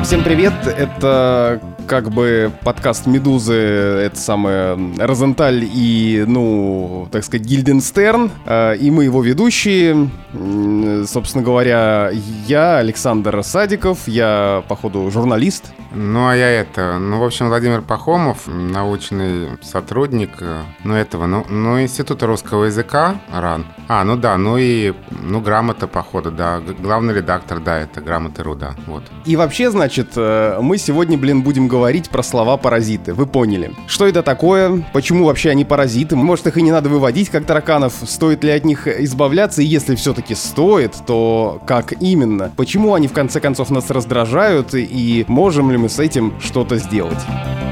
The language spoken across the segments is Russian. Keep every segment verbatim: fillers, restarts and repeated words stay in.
Всем привет, это как бы подкаст «Медузы», это самое Розенталь и, ну, так сказать, Гильденстерн, и мы его ведущие, собственно говоря, я, Александр Садиков, я, походу, журналист. Ну, а я это, ну, в общем, Владимир Пахомов, научный сотрудник, ну, этого, ну, ну, Института русского языка, РАН. А, ну да, ну и, ну, грамота, походу, да, главный редактор, да, это грамоты РУ, да, вот. И вообще, значит, мы сегодня, блин, будем говорить про слова-паразиты, вы поняли. Что это такое, почему вообще они паразиты, может, их и не надо выводить, как тараканов, стоит ли от них избавляться, и если все-таки стоит, то как именно, почему они, в конце концов, нас раздражают, и можем ли мы с этим что-то сделать.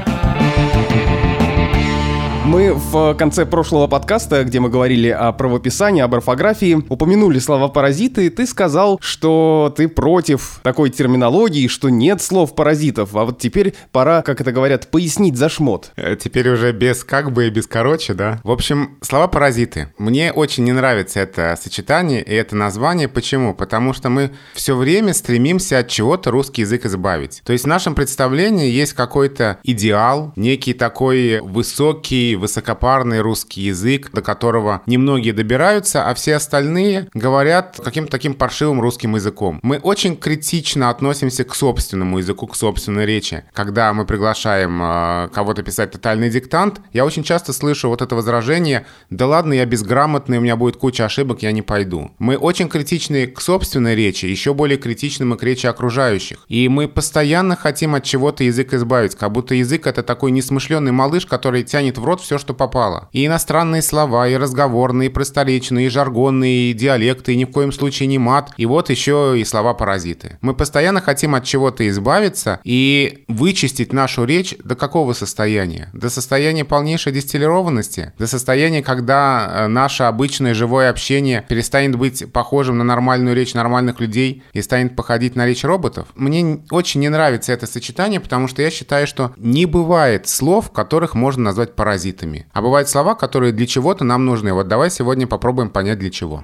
Мы в конце прошлого подкаста, где мы говорили о правописании, об орфографии, упомянули слова «паразиты», и ты сказал, что ты против такой терминологии, что нет слов «паразитов», а вот теперь пора, как это говорят, пояснить за шмот. Теперь уже без как бы и без короче, да? В общем, слова «паразиты». Мне очень не нравится это сочетание и это название. Почему? Потому что мы все время стремимся от чего-то русский язык избавить. То есть в нашем представлении есть какой-то идеал, некий такой высокий, высокопарный русский язык, до которого немногие добираются, а все остальные говорят каким-то таким паршивым русским языком. Мы очень критично относимся к собственному языку, к собственной речи. Когда мы приглашаем э, кого-то писать тотальный диктант, я очень часто слышу вот это возражение: да ладно, я безграмотный, у меня будет куча ошибок, я не пойду. Мы очень критичны к собственной речи, еще более критичны мы к речи окружающих. И мы постоянно хотим от чего-то язык избавить, как будто язык — это такой несмышленый малыш, который тянет в рот все, что попало. И иностранные слова, и разговорные, и просторечные, и жаргонные, и диалекты, и ни в коем случае не мат. И вот еще и слова-паразиты. Мы постоянно хотим от чего-то избавиться и вычистить нашу речь до какого состояния? До состояния полнейшей дистиллированности? До состояния, когда наше обычное живое общение перестанет быть похожим на нормальную речь нормальных людей и станет походить на речь роботов? Мне очень не нравится это сочетание, потому что я считаю, что не бывает слов, которых можно назвать паразитами. А бывают слова, которые для чего-то нам нужны. Вот давай сегодня попробуем понять, для чего.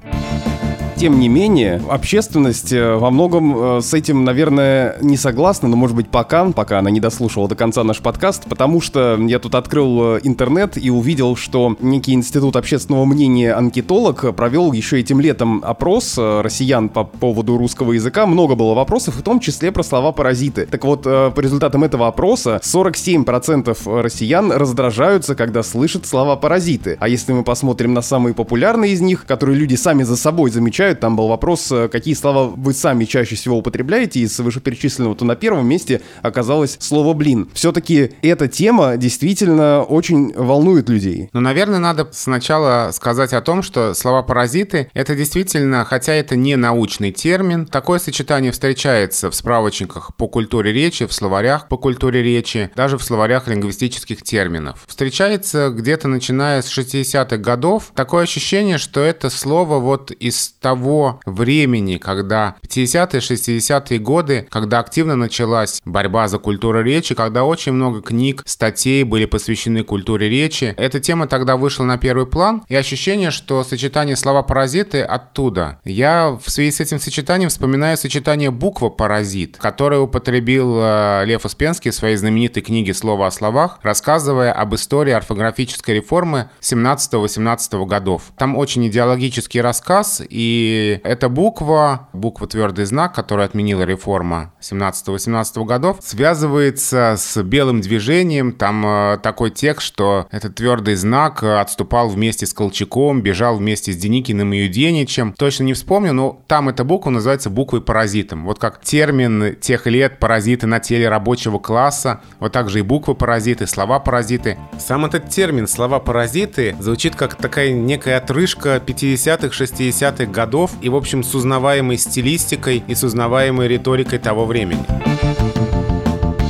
Тем не менее, общественность во многом с этим, наверное, не согласна, но, может быть, пока, пока она не дослушала до конца наш подкаст, потому что я тут открыл интернет и увидел, что некий институт общественного мнения «Анкетолог» провел еще этим летом опрос россиян по поводу русского языка. Много было вопросов, в том числе про слова-паразиты. Так вот, по результатам этого опроса сорок семь процентов россиян раздражаются, когда слышат слова-паразиты. А если мы посмотрим на самые популярные из них, которые люди сами за собой замечают, там был вопрос, какие слова вы сами чаще всего употребляете, из вышеперечисленного, то на первом месте оказалось слово «блин». Все-таки эта тема действительно очень волнует людей. Ну, наверное, надо сначала сказать о том, что слова-паразиты — это действительно, хотя это не научный термин, такое сочетание встречается в справочниках по культуре речи, в словарях по культуре речи, даже в словарях лингвистических терминов. Встречается где-то начиная с шестидесятых годов. Такое ощущение, что это слово вот из того времени, когда пятидесятые, шестидесятые годы, когда активно началась борьба за культуру речи, когда очень много книг, статей были посвящены культуре речи. Эта тема тогда вышла на первый план, и ощущение, что сочетание слова-паразиты оттуда. Я в связи с этим сочетанием вспоминаю сочетание буква-паразит, которое употребил Лев Успенский в своей знаменитой книге «Слово о словах», рассказывая об истории орфографической реформы семнадцатого-восемнадцатого годов. Там очень идеологический рассказ, и эта буква, буква «твердый знак», которую отменила реформа семнадцатого-восемнадцатого годов, связывается с белым движением. Там э, такой текст, что этот твердый знак отступал вместе с Колчаком, бежал вместе с Деникиным и Юденичем. Точно не вспомню, но там эта буква называется буквой-паразитом. Вот как термин тех лет «паразиты на теле рабочего класса», вот также и буквы-паразиты, слова-паразиты. Сам этот термин «слова-паразиты» звучит как такая некая отрыжка пятидесятых, шестидесятых годов и, в общем, с узнаваемой стилистикой и с узнаваемой риторикой того времени.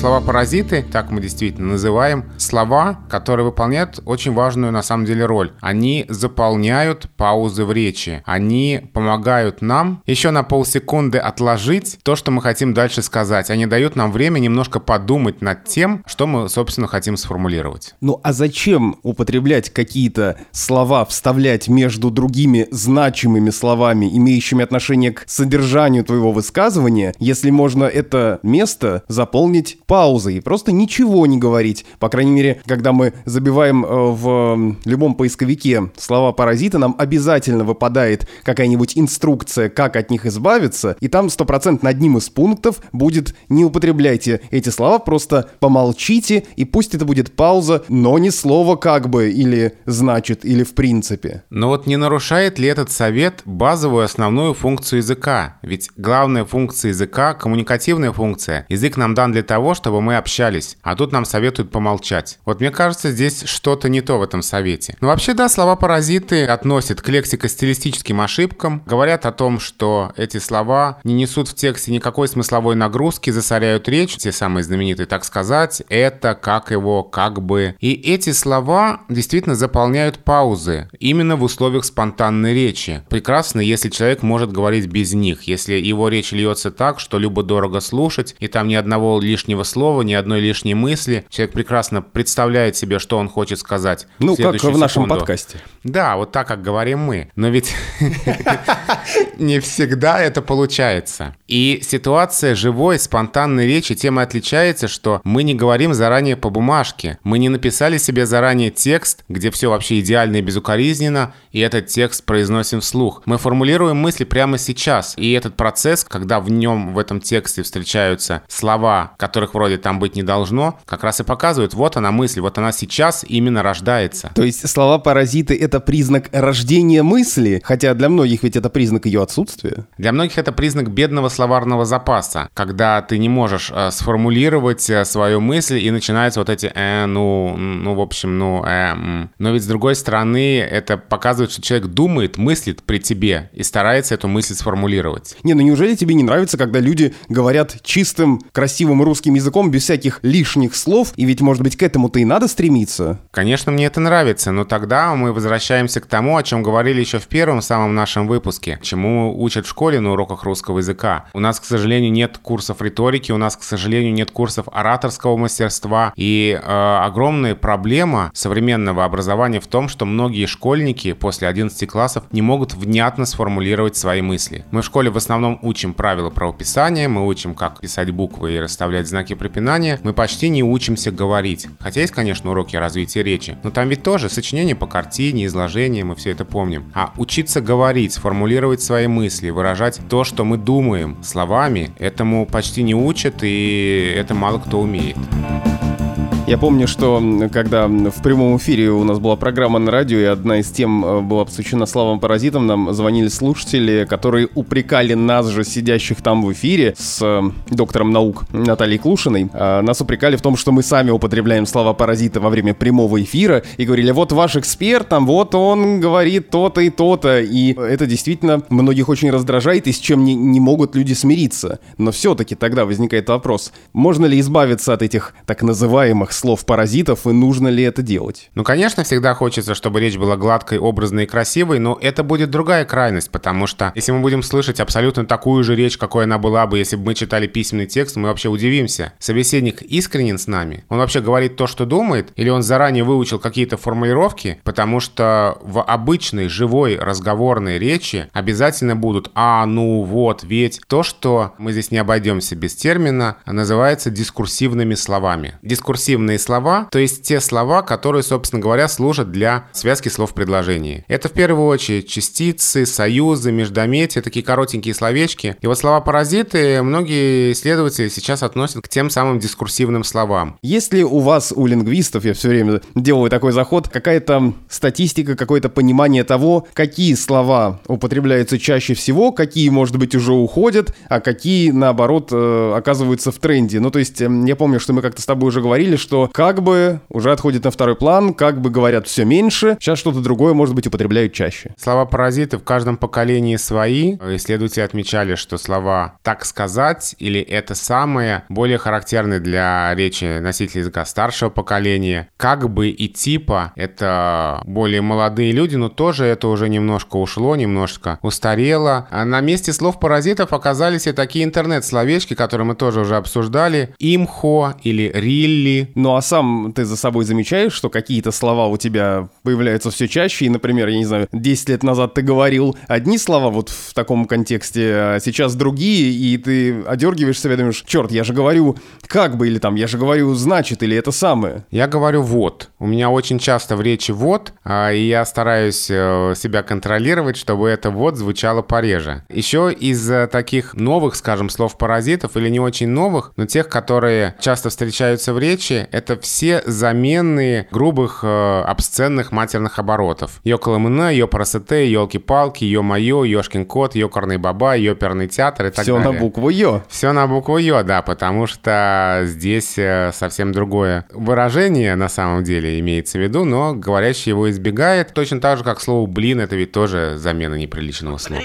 слова-паразиты, так мы действительно называем, слова, которые выполняют очень важную на самом деле роль. Они заполняют паузы в речи. Они помогают нам еще на полсекунды отложить то, что мы хотим дальше сказать. Они дают нам время немножко подумать над тем, что мы, собственно, хотим сформулировать. Ну а зачем употреблять какие-то слова, вставлять между другими значимыми словами, имеющими отношение к содержанию твоего высказывания, если можно это место заполнить паузой и просто ничего не говорить? По крайней мере, когда мы забиваем в любом поисковике слова-паразиты, нам обязательно выпадает какая-нибудь инструкция, как от них избавиться, и там стопроцентно одним из пунктов будет: не употребляйте эти слова, просто помолчите, и пусть это будет пауза, но не слово «как бы» или «значит» или «в принципе». Но вот не нарушает ли этот совет базовую основную функцию языка? Ведь главная функция языка — коммуникативная функция. Язык нам дан для того, чтобы мы общались, а тут нам советуют помолчать. Вот мне кажется, здесь что-то не то в этом совете. Но вообще, да, слова-паразиты относят к лексико-стилистическим ошибкам, говорят о том, что эти слова не несут в тексте никакой смысловой нагрузки, засоряют речь, те самые знаменитые «так сказать», «это», «как его», «как бы». И эти слова действительно заполняют паузы именно в условиях спонтанной речи. Прекрасно, если человек может говорить без них, если его речь льется так, что любо-дорого слушать, и там ни одного лишнего слова, ни одной лишней мысли. Человек прекрасно представляет себе, что он хочет сказать. Ну, как в секунду. нашем подкасте. Да, вот так, как говорим мы. Но ведь не всегда это получается. И ситуация живой, спонтанной речи тем и отличается, что мы не говорим заранее по бумажке. Мы не написали себе заранее текст, где все вообще идеально и безукоризненно, и этот текст произносим вслух. Мы формулируем мысли прямо сейчас. И этот процесс, когда в нем, в этом тексте встречаются слова, которых вроде там быть не должно, как раз и показывают: вот она мысль, вот она сейчас именно рождается. То есть слова-паразиты — это признак рождения мысли, хотя для многих ведь это признак ее отсутствия? Для многих это признак бедного словарного запаса, когда ты не можешь э, сформулировать э, свою мысль, и начинаются вот эти э, ну, ну, в общем, ну, э, м. Но ведь с другой стороны, это показывает, что человек думает, мыслит при тебе и старается эту мысль сформулировать. Не, ну неужели тебе не нравится, когда люди говорят чистым, красивым русским языком, без всяких лишних слов? И ведь, может быть, к этому-то и надо стремиться? Конечно, мне это нравится, но тогда мы возвращаемся к тому, о чем говорили еще в первом самом нашем выпуске, чему учат в школе на уроках русского языка. У нас, к сожалению, нет курсов риторики, у нас, к сожалению, нет курсов ораторского мастерства, и э, огромная проблема современного образования в том, что многие школьники после одиннадцати классов не могут внятно сформулировать свои мысли. Мы в школе в основном учим правила правописания, мы учим, как писать буквы и расставлять знаки препинания, мы почти не учимся говорить. Хотя есть, конечно, уроки развития речи, но там ведь тоже сочинение по картине, изложение, мы все это помним. А учиться говорить, сформулировать свои мысли, выражать то, что мы думаем словами, этому почти не учат, и это мало кто умеет. Я помню, что когда в прямом эфире у нас была программа на радио, и одна из тем была посвящена словам-паразитам, нам звонили слушатели, которые упрекали нас же, сидящих там в эфире, с доктором наук Натальей Клушиной. Нас упрекали в том, что мы сами употребляем слова-паразиты во время прямого эфира, и говорили: вот ваш эксперт, там, вот он говорит то-то и то-то. И это действительно многих очень раздражает, и с чем не, не могут люди смириться. Но все-таки тогда возникает вопрос: можно ли избавиться от этих так называемых слов-паразитов, и нужно ли это делать? Ну, конечно, всегда хочется, чтобы речь была гладкой, образной и красивой, но это будет другая крайность, потому что если мы будем слышать абсолютно такую же речь, какой она была бы, если бы мы читали письменный текст, мы вообще удивимся. Собеседник искренен с нами? Он вообще говорит то, что думает? Или он заранее выучил какие-то формулировки? Потому что в обычной, живой, разговорной речи обязательно будут «а», «ну», «вот», «ведь». То, что мы здесь не обойдемся без термина, называется дискурсивными словами. Дискурсивные слова, то есть те слова, которые, собственно говоря, служат для связки слов в предложении. Это в первую очередь частицы, союзы, междометия, такие коротенькие словечки. И вот слова-паразиты многие исследователи сейчас относят к тем самым дискурсивным словам. Есть ли у вас, у лингвистов, я все время делаю такой заход, какая-то статистика, какое-то понимание того, какие слова употребляются чаще всего, какие, может быть, уже уходят, а какие, наоборот, оказываются в тренде? Ну, то есть, я помню, что мы как-то с тобой уже говорили, что что как бы уже отходит на второй план, как бы говорят все меньше, сейчас что-то другое, может быть, употребляют чаще. Слова-паразиты в каждом поколении свои. Исследователи отмечали, что слова «так сказать» или «это самое» более характерны для речи носителей языка старшего поколения. «Как бы» и «типа» — это более молодые люди, но тоже это уже немножко ушло, немножко устарело. А на месте слов-паразитов оказались и такие интернет-словечки, которые мы тоже уже обсуждали. Имхо или рилли. Ну а сам ты за собой замечаешь, что какие-то слова у тебя появляются все чаще, и, например, я не знаю, десять лет назад ты говорил одни слова вот в таком контексте, а сейчас другие, и ты одергиваешь себя и думаешь, черт, я же говорю как бы, или там, я же говорю значит, или это самое. Я говорю вот. У меня очень часто в речи вот, и я стараюсь себя контролировать, чтобы это вот звучало пореже. Еще из таких новых, скажем, слов-паразитов, или не очень новых, но тех, которые часто встречаются в речи, это все заменные грубых, обсценных матерных оборотов. Ёкаламына, ёпросоте, ёлки-палки, ё-моё, ёшкин кот, ёкарный баба, ёперный театр и так Все далее. на букву Ё. Все на букву Ё, да, потому что здесь совсем другое выражение на самом деле имеется в виду, но говорящий его избегает. Точно так же, как слово «блин», это ведь тоже замена неприличного слова.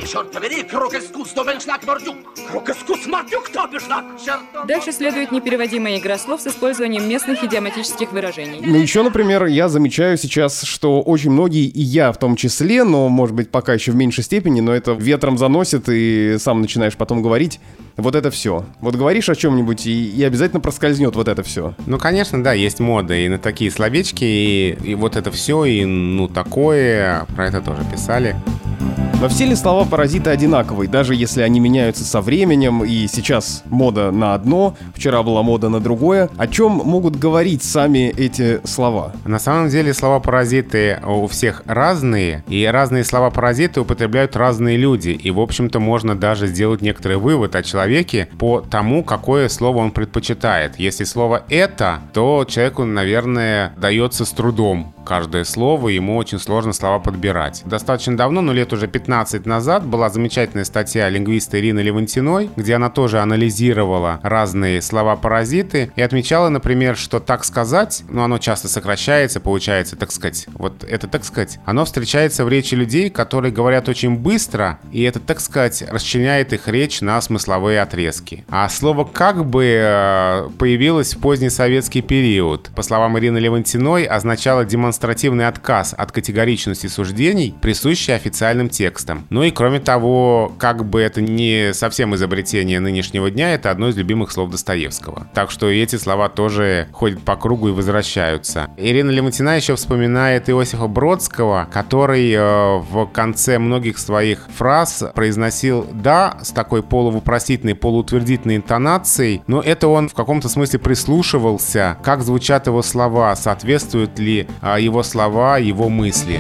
Дальше следует непереводимая игра слов с использованием местных идиоматических выражений. Ну еще, например, я замечаю сейчас, что очень многие, и я в том числе, но, может быть, пока еще в меньшей степени, но это ветром заносит, и сам начинаешь потом говорить, вот это все. Вот говоришь о чем-нибудь, и, и обязательно проскользнет вот это все. Ну, конечно, да, есть мода и на такие словечки, и, и вот это все, и ну такое, про это тоже писали. Но все ли слова-паразиты одинаковые, даже если они меняются со временем, и сейчас мода на одно, вчера была мода на другое? О чем могут говорить сами эти слова? На самом деле слова-паразиты у всех разные, и разные слова-паразиты употребляют разные люди, и, в общем-то, можно даже сделать некоторый вывод о человеке по тому, какое слово он предпочитает. Если слово «это», то человеку, наверное, дается с трудом каждое слово, ему очень сложно слова подбирать. Достаточно давно, ну лет уже пятнадцать назад, была замечательная статья лингвиста Ирины Левантиной, где она тоже анализировала разные слова-паразиты и отмечала, например, что «так сказать», ну оно часто сокращается, получается «так сказать». Вот это «так сказать», оно встречается в речи людей, которые говорят очень быстро, и это «так сказать» расчленяет их речь на смысловые отрезки. А слово «как бы» появилось в поздний советский период. По словам Ирины Левантиной, означало демонстрировать демонстративный отказ от категоричности суждений, присущий официальным текстам. Ну и кроме того, как бы это не совсем изобретение нынешнего дня, это одно из любимых слов Достоевского. Так что и эти слова тоже ходят по кругу и возвращаются. Ирина Левантина еще вспоминает Иосифа Бродского, который э, в конце многих своих фраз произносил «да» с такой полувопросительной, полуутвердительной интонацией, но это он в каком-то смысле прислушивался, как звучат его слова, соответствуют ли э, его слова, его мысли.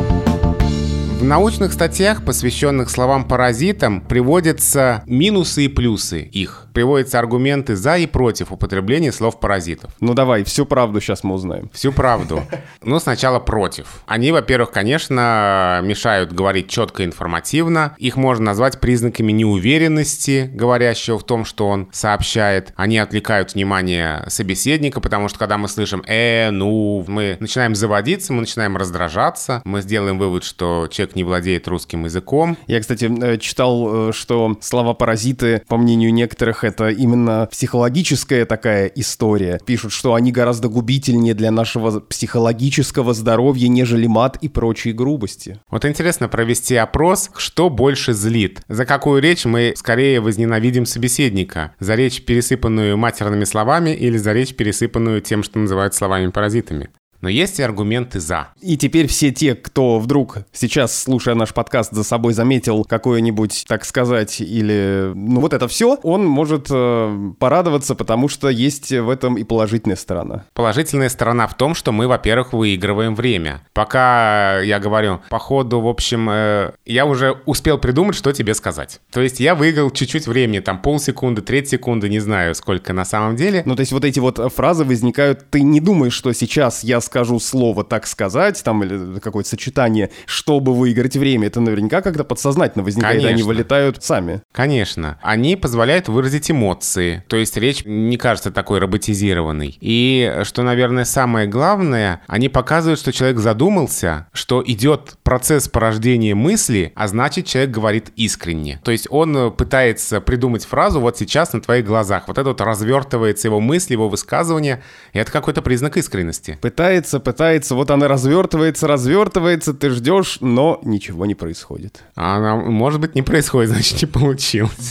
В научных статьях, посвященных словам-паразитам, приводятся минусы и плюсы их. Приводятся аргументы за и против употребления слов-паразитов. Ну давай, всю правду сейчас мы узнаем. Всю правду. Ну, сначала против. Они, во-первых, конечно, мешают говорить четко и информативно. Их можно назвать признаками неуверенности говорящего в том, что он сообщает. Они отвлекают внимание собеседника, потому что когда мы слышим «э», «ну», мы начинаем заводиться, мы начинаем раздражаться. Мы сделаем вывод, что человек не владеет русским языком. Я, кстати, читал, что слова-паразиты, по мнению некоторых, это именно психологическая такая история. Пишут, что они гораздо губительнее для нашего психологического здоровья, нежели мат и прочие грубости. Вот интересно провести опрос, что больше злит. За какую речь мы скорее возненавидим собеседника? За речь, пересыпанную матерными словами, или за речь, пересыпанную тем, что называют словами-паразитами? Но есть и аргументы «за». И теперь все те, кто вдруг сейчас, слушая наш подкаст, за собой заметил какое-нибудь, так сказать, или ну вот это все, он может э, порадоваться, потому что есть в этом и положительная сторона. Положительная сторона в том, что мы, во-первых, выигрываем время. Пока я говорю, по ходу, в общем, э, я уже успел придумать, что тебе сказать. То есть я выиграл чуть-чуть времени, там полсекунды, треть секунды, не знаю, сколько на самом деле. Ну то есть вот эти вот фразы возникают, ты не думаешь, что сейчас я скажу слово «так сказать», там, или какое-то сочетание, чтобы выиграть время, это наверняка как-то подсознательно возникает, и они вылетают сами. Конечно. Они позволяют выразить эмоции, то есть речь не кажется такой роботизированной. И, что, наверное, самое главное, они показывают, что человек задумался, что идет процесс порождения мысли, а значит, человек говорит искренне. То есть он пытается придумать фразу вот сейчас на твоих глазах. Вот это вот развертывается его мысль, его высказывание, и это какой-то признак искренности. Пытается, пытается, вот она развертывается, развертывается, ты ждешь, но ничего не происходит. А она, может быть, не происходит, значит, не получилось.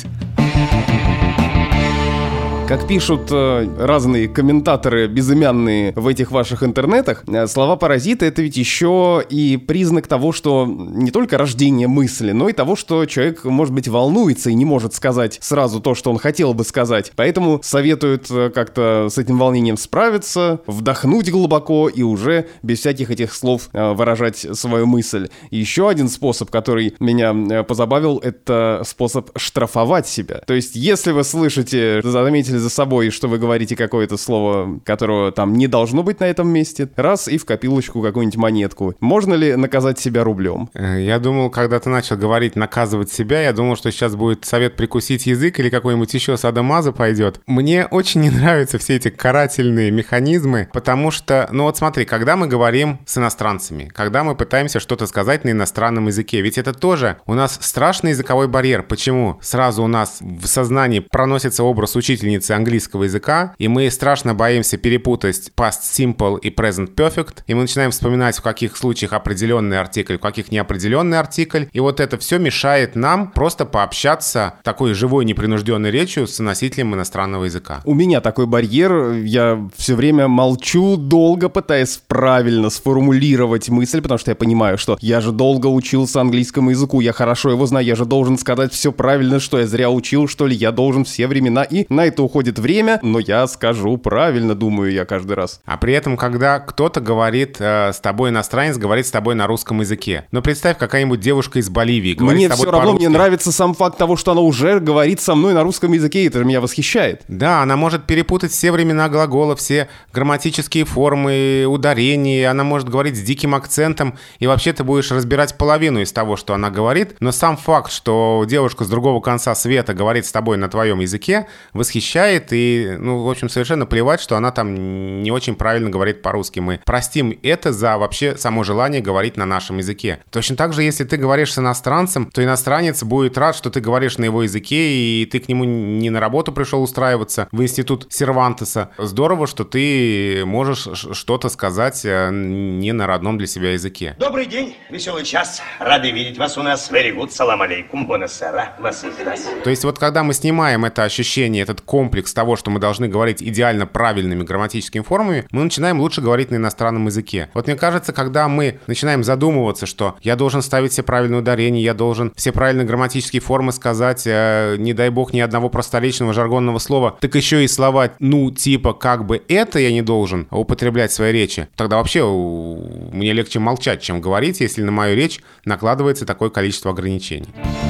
Как пишут э, разные комментаторы безымянные в этих ваших интернетах, э, слова паразита — это ведь еще и признак того, что не только рождение мысли, но и того, что человек, может быть, волнуется и не может сказать сразу то, что он хотел бы сказать. Поэтому советуют э, как-то с этим волнением справиться, вдохнуть глубоко и уже без всяких этих слов э, выражать свою мысль. И еще один способ, который меня э, позабавил, это способ штрафовать себя. То есть, если вы слышите, заметили за собой, что вы говорите какое-то слово, которого там не должно быть на этом месте, раз и в копилочку какую-нибудь монетку. Можно ли наказать себя рублем? Я думал, когда ты начал говорить «наказывать себя», я думал, что сейчас будет совет прикусить язык или какой-нибудь еще садомазо пойдет. Мне очень не нравятся все эти карательные механизмы, потому что, ну вот смотри, когда мы говорим с иностранцами, когда мы пытаемся что-то сказать на иностранном языке, ведь это тоже у нас страшный языковой барьер. Почему? Сразу у нас в сознании проносится образ учительницы английского языка, и мы страшно боимся перепутать past simple и present perfect, и мы начинаем вспоминать, в каких случаях определенный артикль, в каких неопределенный артикль, и вот это все мешает нам просто пообщаться такой живой, непринужденной речью с носителем иностранного языка. У меня такой барьер, я все время молчу, долго пытаясь правильно сформулировать мысль, потому что я понимаю, что я же долго учился английскому языку, я хорошо его знаю, я же должен сказать все правильно, что я зря учил, что ли, я должен все времена, и на это уходит время, но я скажу правильно, думаю я каждый раз. А при этом, когда кто-то говорит э, с тобой, иностранец говорит с тобой на русском языке, ну представь, какая-нибудь девушка из Боливии говорит мне с тобой все равно, по-русски. мне нравится сам факт того, что она уже говорит со мной на русском языке, и это меня восхищает. Да, она может перепутать все времена глагола, все грамматические формы, ударения, она может говорить с диким акцентом, и вообще ты будешь разбирать половину из того, что она говорит, но сам факт, что девушка с другого конца света говорит с тобой на твоем языке, восхищает, и, ну, в общем, совершенно плевать, что она там не очень правильно говорит по-русски. Мы простим это за вообще само желание говорить на нашем языке. Точно так же, если ты говоришь с иностранцем, то иностранец будет рад, что ты говоришь на его языке, и ты к нему не на работу пришел устраиваться в институт Сервантеса. Здорово, что ты можешь что-то сказать не на родном для себя языке. Добрый день, веселый час. Рады видеть вас у нас. Very good. Салам алейкум. Бонасера. Вас издас. То есть вот когда мы снимаем это ощущение, этот комплекс того, что мы должны говорить идеально правильными грамматическими формами, мы начинаем лучше говорить на иностранном языке. Вот мне кажется, когда мы начинаем задумываться, что я должен ставить все правильные ударения, я должен все правильные грамматические формы сказать, э, не дай бог ни одного просторечного жаргонного слова, так еще и слова, ну, типа, как бы это я не должен употреблять в своей речи, тогда вообще у, мне легче молчать, чем говорить, если на мою речь накладывается такое количество ограничений.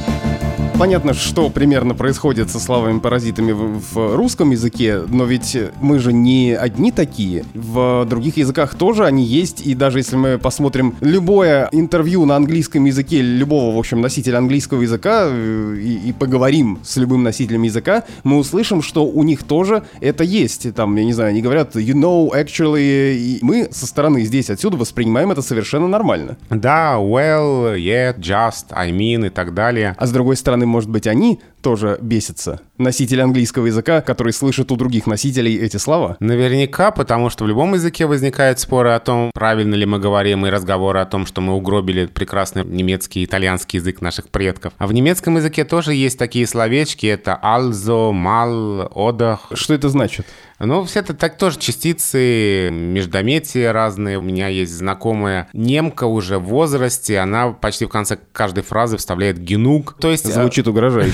Понятно, что примерно происходит со словами-паразитами в, в русском языке, но ведь мы же не одни такие. В других языках тоже они есть, и даже если мы посмотрим любое интервью на английском языке любого, в общем, носителя английского языка и, и поговорим с любым носителем языка, мы услышим, что у них тоже это есть. Там, я не знаю, они говорят you know, actually, и мы со стороны здесь, отсюда воспринимаем это совершенно нормально. Да, well, yeah, just, I mean и так далее. А с другой стороны, может быть, они тоже бесятся. Носители английского языка, который слышит у других носителей эти слова. Наверняка, потому что в любом языке возникают споры о том, правильно ли мы говорим, и разговоры о том, что мы угробили прекрасный немецкий и итальянский язык наших предков. А в немецком языке тоже есть такие словечки. Это also, mal, oder. Что это значит? Ну, все это так тоже частицы, междометия разные. У меня есть знакомая немка уже в возрасте, она почти в конце каждой фразы вставляет генуг. То есть... Звучит угрожающе.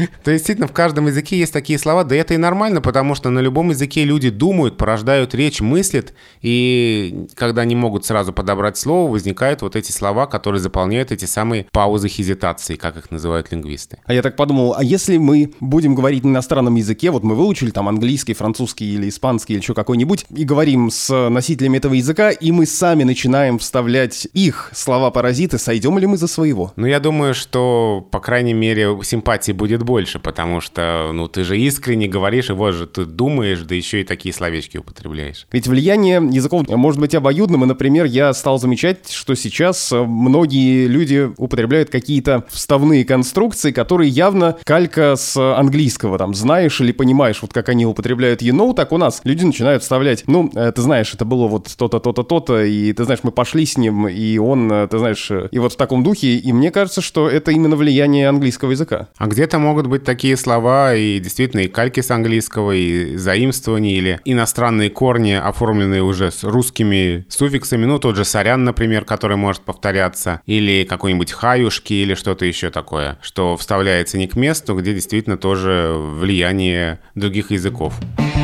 То есть, действительно, в каждом языке есть такие слова, да это и нормально, потому что на любом языке люди думают, порождают речь, мыслят, и когда не могут сразу подобрать слово, возникают вот эти слова, которые заполняют эти самые паузы хезитации, как их называют лингвисты. А я так подумал, а если мы будем говорить на иностранном языке, вот мы выучили там английский, французский или испанский или еще какой-нибудь, и говорим с носителями этого языка, и мы сами начинаем вставлять их слова-паразиты, сойдем ли мы за своего? Ну, я думаю, что, по крайней мере, симпатии будет больше, потому что, ну, ты же искренне говоришь, и вот же ты думаешь, да еще и такие словечки употребляешь. Ведь влияние языков может быть обоюдным, и, например, я стал замечать, что сейчас многие люди употребляют какие-то вставные конструкции, которые явно калька с английского, там, знаешь или понимаешь, вот как они употребляют you know, так у нас люди начинают вставлять, ну, ты знаешь, это было вот то-то, то-то, то-то, и ты знаешь, мы пошли с ним, и он, ты знаешь, и вот в таком духе, и мне кажется, что это именно влияние английского языка. А где-то могут быть такие слова, и действительно, и кальки с английского, и заимствования, или иностранные корни, оформленные уже с русскими суффиксами, ну, тот же сорян, например, который может повторяться, или какой-нибудь хаюшки, или что-то еще такое, что вставляется не к месту, где действительно тоже влияние других языков.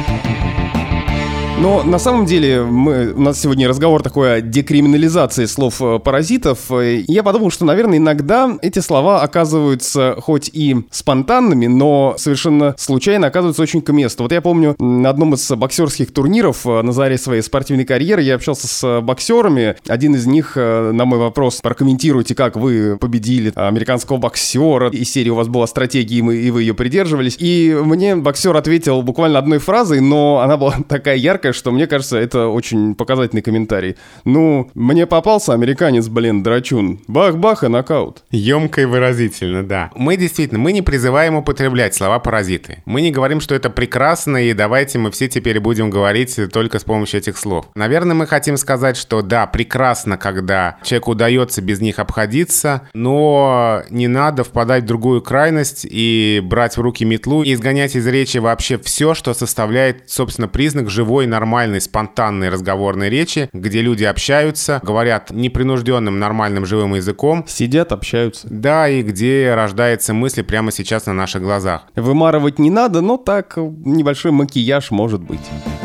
Но на самом деле мы, у нас сегодня разговор такой о декриминализации слов паразитов. И я подумал, что, наверное, иногда эти слова оказываются хоть и спонтанными, но совершенно случайно оказываются очень к месту. Вот я помню, на одном из боксерских турниров на заре своей спортивной карьеры я общался с боксерами. Один из них на мой вопрос: прокомментируйте, как вы победили американского боксера, из серии «У вас была стратегия, и вы ее придерживались». И мне боксер ответил буквально одной фразой, но она была такая яркая, что, мне кажется, это очень показательный комментарий. Ну, мне попался американец, блин, драчун. Бах-бах и нокаут. Емко и выразительно, да. Мы действительно, мы не призываем употреблять слова «паразиты». Мы не говорим, что это прекрасно, и давайте мы все теперь будем говорить только с помощью этих слов. Наверное, мы хотим сказать, что да, прекрасно, когда человеку удается без них обходиться, но не надо впадать в другую крайность и брать в руки метлу и изгонять из речи вообще все, что составляет, собственно, признак живой, нормальной, спонтанной разговорной речи, где люди общаются, говорят непринужденным, нормальным, живым языком. Сидят, общаются. Да, и где рождается мысль прямо сейчас на наших глазах. Вымарывать не надо, но так небольшой макияж может быть.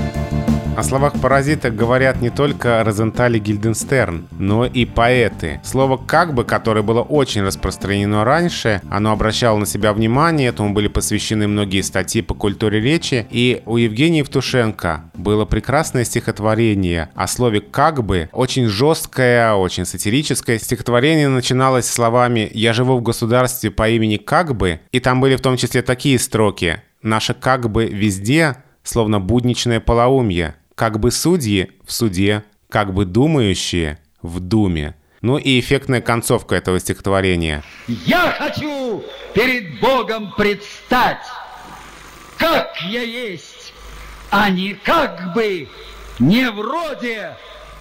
О словах-паразитах говорят не только Розенталь и Гильденстерн, но и поэты. Слово «как бы», которое было очень распространено раньше, оно обращало на себя внимание, этому были посвящены многие статьи по культуре речи, и у Евгения Евтушенко было прекрасное стихотворение о слове «как бы», очень жесткое, очень сатирическое. Стихотворение начиналось словами «Я живу в государстве по имени как бы», и там были в том числе такие строки: «Наше как бы везде, словно будничное полоумье, как бы судьи в суде, как бы думающие в думе». Ну и эффектная концовка этого стихотворения. «Я хочу перед Богом предстать, как я есть, а не как бы, не вроде,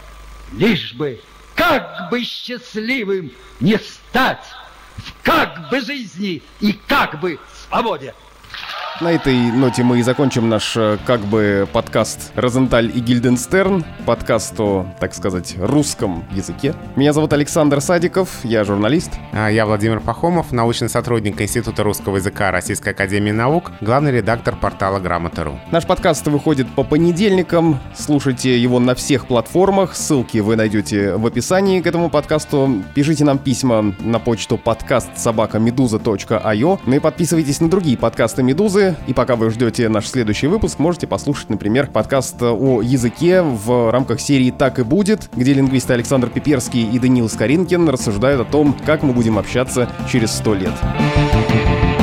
лишь бы, как бы счастливым не стать, в как бы жизни и как бы свободе». На этой ноте мы и закончим наш, как бы, подкаст «Розенталь и Гильденстерн», подкаст о, так сказать, русском языке. Меня зовут Александр Садиков, я журналист. А я Владимир Пахомов, научный сотрудник Института русского языка Российской академии наук, главный редактор портала Грамота точка ру. Наш подкаст выходит по понедельникам, слушайте его на всех платформах, ссылки вы найдете в описании к этому подкасту. Пишите нам письма на почту подкаст собака медуза точка ай о, ну и подписывайтесь на другие подкасты «Медузы». И пока вы ждете наш следующий выпуск, можете послушать, например, подкаст о языке в рамках серии «Так и будет», где лингвисты Александр Пиперский и Даниил Скоринкин рассуждают о том, как мы будем общаться через сто лет.